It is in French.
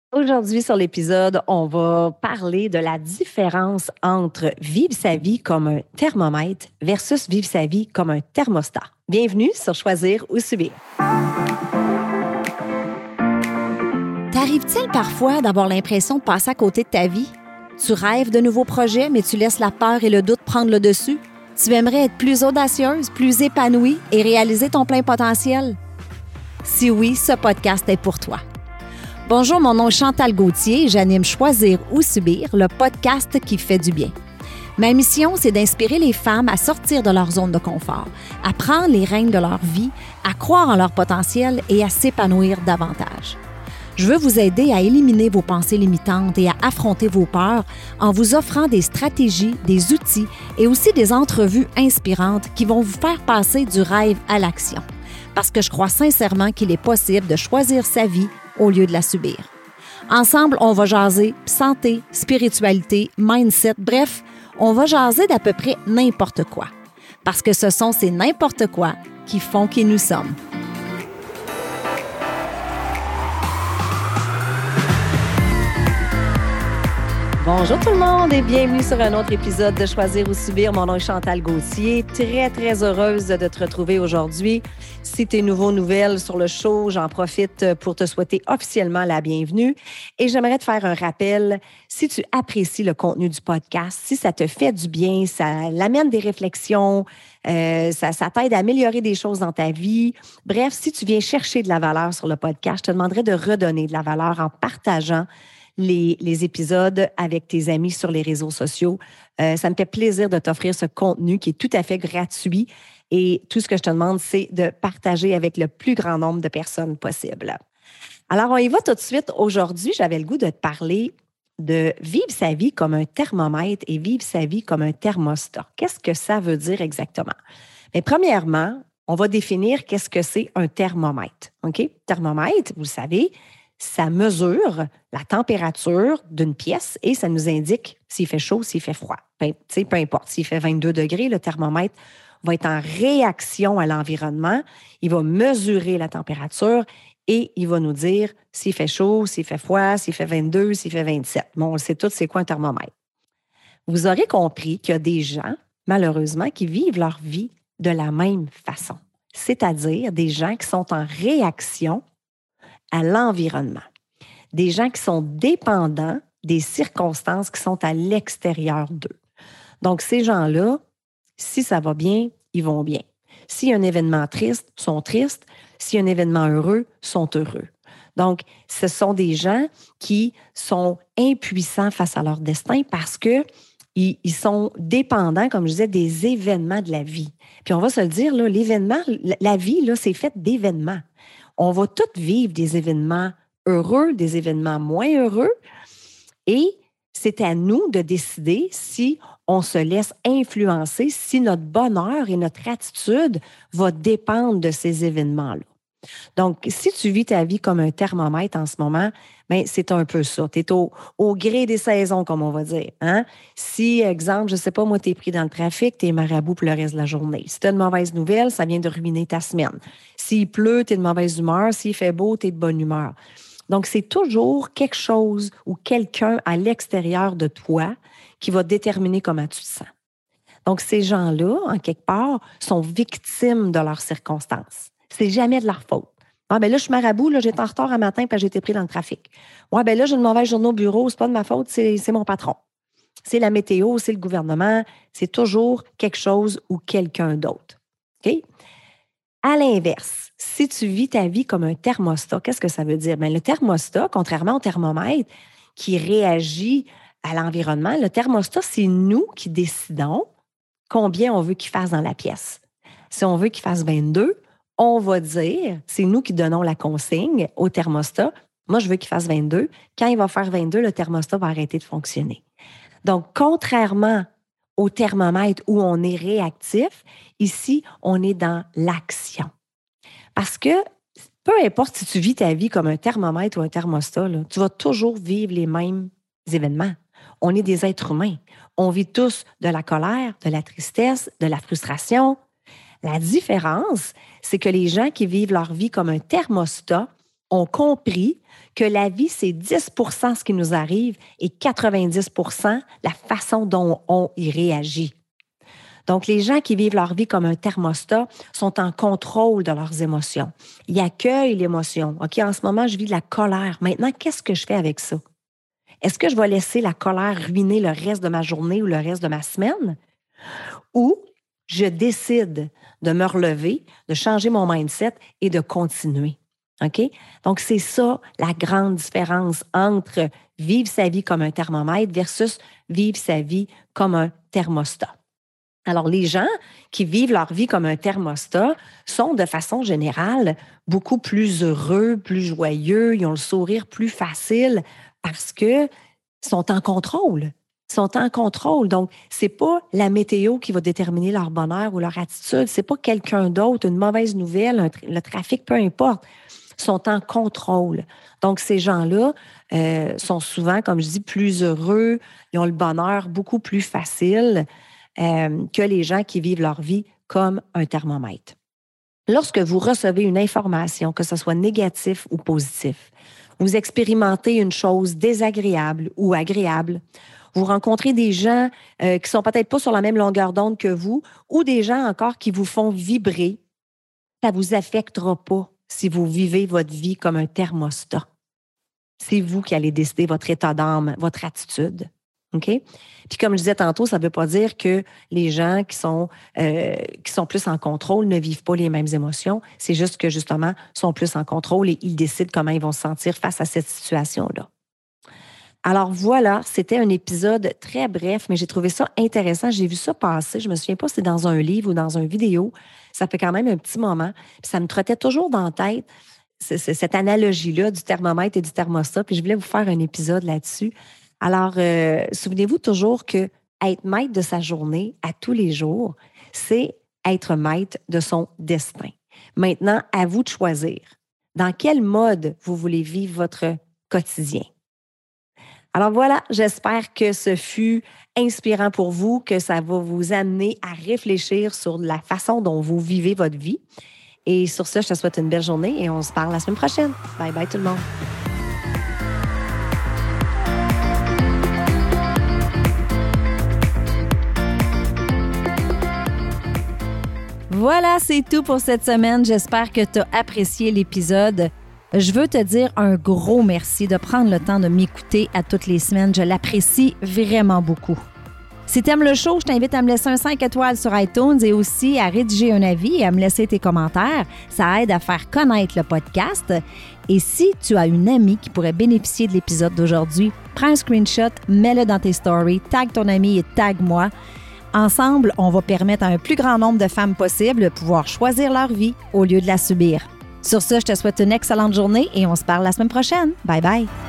Aujourd'hui, sur l'épisode, on va parler de la différence entre vivre sa vie comme un thermomètre versus vivre sa vie comme un thermostat. Bienvenue sur Choisir ou Subir. T'arrive-t-il parfois d'avoir l'impression de passer à côté de ta vie? Tu rêves de nouveaux projets, mais tu laisses la peur et le doute prendre le dessus? Tu aimerais être plus audacieuse, plus épanouie et réaliser ton plein potentiel? Si oui, ce podcast est pour toi. Bonjour, mon nom est Chantal Gauthier et j'anime Choisir ou Subir, le podcast qui fait du bien. Ma mission, c'est d'inspirer les femmes à sortir de leur zone de confort, à prendre les rênes de leur vie, à croire en leur potentiel et à s'épanouir davantage. Je veux vous aider à éliminer vos pensées limitantes et à affronter vos peurs en vous offrant des stratégies, des outils et aussi des entrevues inspirantes qui vont vous faire passer du rêve à l'action. Parce que je crois sincèrement qu'il est possible de choisir sa vie au lieu de la subir. Ensemble, on va jaser santé, spiritualité, mindset, bref, on va jaser d'à peu près n'importe quoi. Parce que ce sont ces n'importe quoi qui font qui nous sommes. Bonjour tout le monde et bienvenue sur un autre épisode de Choisir ou Subir. Mon nom est Chantal Gauthier. Très heureuse de te retrouver aujourd'hui. Si tu es nouvelle sur le show, j'en profite pour te souhaiter officiellement la bienvenue. Et j'aimerais te faire un rappel. Si tu apprécies le contenu du podcast, si ça te fait du bien, ça l'amène des réflexions, ça t'aide à améliorer des choses dans ta vie. Bref, si tu viens chercher de la valeur sur le podcast, je te demanderais de redonner de la valeur en partageant les épisodes avec tes amis sur les réseaux sociaux. Ça me fait plaisir de t'offrir ce contenu qui est tout à fait gratuit et tout ce que je te demande, c'est de partager avec le plus grand nombre de personnes possible. Alors, on y va tout de suite. Aujourd'hui, j'avais le goût de te parler de vivre sa vie comme un thermomètre et vivre sa vie comme un thermostat. Qu'est-ce que ça veut dire exactement? Mais premièrement, on va définir qu'est-ce que c'est un thermomètre. OK? Thermomètre, vous le savez, ça mesure la température d'une pièce et ça nous indique s'il fait chaud, s'il fait froid. Peu importe, s'il fait 22 degrés, le thermomètre va être en réaction à l'environnement. Il va mesurer la température et il va nous dire s'il fait chaud, s'il fait froid, s'il fait 22, s'il fait 27. Bon, on sait tous c'est quoi un thermomètre. Vous aurez compris qu'il y a des gens, malheureusement, qui vivent leur vie de la même façon. C'est-à-dire des gens qui sont en réaction à l'environnement. Des gens qui sont dépendants des circonstances qui sont à l'extérieur d'eux. Donc, ces gens-là, si ça va bien, ils vont bien. S'il y a un événement triste, ils sont tristes. S'il y a un événement heureux, ils sont heureux. Donc, ce sont des gens qui sont impuissants face à leur destin parce que ils sont dépendants, comme je disais, des événements de la vie. Puis on va se le dire, là, l'événement, la vie, là, c'est fait d'événements. On va tous vivre des événements heureux, des événements moins heureux. Et c'est à nous de décider si on se laisse influencer, si notre bonheur et notre attitude va dépendre de ces événements-là. Donc, si tu vis ta vie comme un thermomètre en ce moment, bien, c'est un peu ça. Tu es au gré des saisons, comme on va dire. Hein? Si, exemple, je ne sais pas, moi, tu es pris dans le trafic, tu es marabout pour le reste de la journée. Si tu as une mauvaise nouvelle, ça vient de ruiner ta semaine. S'il pleut, tu es de mauvaise humeur. S'il fait beau, tu es de bonne humeur. Donc, c'est toujours quelque chose ou quelqu'un à l'extérieur de toi qui va déterminer comment tu te sens. Donc, ces gens-là, en quelque part, sont victimes de leurs circonstances. C'est jamais de leur faute. Ah, ben là, je suis marabout, là, j'étais en retard un matin parce que j'ai été pris dans le trafic. Ouais, ben là, j'ai une mauvaise journée au bureau, c'est pas de ma faute, c'est mon patron. C'est la météo, c'est le gouvernement, c'est toujours quelque chose ou quelqu'un d'autre. OK? À l'inverse, si tu vis ta vie comme un thermostat, qu'est-ce que ça veut dire? Bien, le thermostat, contrairement au thermomètre qui réagit à l'environnement, le thermostat, c'est nous qui décidons combien on veut qu'il fasse dans la pièce. Si on veut qu'il fasse 22, on va dire, c'est nous qui donnons la consigne au thermostat. Moi, je veux qu'il fasse 22. Quand il va faire 22, le thermostat va arrêter de fonctionner. Donc, contrairement au thermomètre où on est réactif, ici, on est dans l'action. Parce que peu importe si tu vis ta vie comme un thermomètre ou un thermostat, là, tu vas toujours vivre les mêmes événements. On est des êtres humains. On vit tous de la colère, de la tristesse, de la frustration. La différence, c'est que les gens qui vivent leur vie comme un thermostat ont compris que la vie, c'est 10 ce qui nous arrive et 90 la façon dont on y réagit. Donc, les gens qui vivent leur vie comme un thermostat sont en contrôle de leurs émotions. Ils accueillent l'émotion. OK, en ce moment, je vis de la colère. Maintenant, qu'est-ce que je fais avec ça? Est-ce que je vais laisser la colère ruiner le reste de ma journée ou le reste de ma semaine? Ou je décide de me relever, de changer mon mindset et de continuer? OK? Donc, c'est ça la grande différence entre vivre sa vie comme un thermomètre versus vivre sa vie comme un thermostat. Alors, les gens qui vivent leur vie comme un thermostat sont, de façon générale, beaucoup plus heureux, plus joyeux, ils ont le sourire plus facile parce qu'ils sont en contrôle. Ils sont en contrôle. Donc, c'est pas la météo qui va déterminer leur bonheur ou leur attitude. C'est pas quelqu'un d'autre, une mauvaise nouvelle, le trafic, peu importe. Ils sont en contrôle. Donc, ces gens-là sont souvent, comme je dis, plus heureux. Ils ont le bonheur beaucoup plus facile que les gens qui vivent leur vie comme un thermomètre. Lorsque vous recevez une information, que ce soit négatif ou positif, vous expérimentez une chose désagréable ou agréable, vous rencontrez des gens qui sont peut-être pas sur la même longueur d'onde que vous ou des gens encore qui vous font vibrer, ça ne vous affectera pas si vous vivez votre vie comme un thermostat. C'est vous qui allez décider votre état d'âme, votre attitude. OK? Puis comme je disais tantôt, ça ne veut pas dire que les gens qui sont plus en contrôle ne vivent pas les mêmes émotions. C'est juste que, justement, sont plus en contrôle et ils décident comment ils vont se sentir face à cette situation-là. Alors voilà, c'était un épisode très bref, mais j'ai trouvé ça intéressant. J'ai vu ça passer. Je ne me souviens pas si c'est dans un livre ou dans une vidéo. Ça fait quand même un petit moment. Puis ça me trottait toujours dans la tête, cette analogie-là du thermomètre et du thermostat. Puis je voulais vous faire un épisode là-dessus. Alors, souvenez-vous toujours que être maître de sa journée à tous les jours, c'est être maître de son destin. Maintenant, à vous de choisir dans quel mode vous voulez vivre votre quotidien. Alors voilà, j'espère que ce fut inspirant pour vous, que ça va vous amener à réfléchir sur la façon dont vous vivez votre vie. Et sur ce, je te souhaite une belle journée et on se parle la semaine prochaine. Bye bye tout le monde. Voilà, c'est tout pour cette semaine. J'espère que tu as apprécié l'épisode. Je veux te dire un gros merci de prendre le temps de m'écouter à toutes les semaines. Je l'apprécie vraiment beaucoup. Si tu aimes le show, je t'invite à me laisser un 5 étoiles sur iTunes et aussi à rédiger un avis et à me laisser tes commentaires. Ça aide à faire connaître le podcast. Et si tu as une amie qui pourrait bénéficier de l'épisode d'aujourd'hui, prends un screenshot, mets-le dans tes stories, tag ton amie et tag moi. Ensemble, on va permettre à un plus grand nombre de femmes possible de pouvoir choisir leur vie au lieu de la subir. Sur ce, je te souhaite une excellente journée et on se parle la semaine prochaine. Bye bye!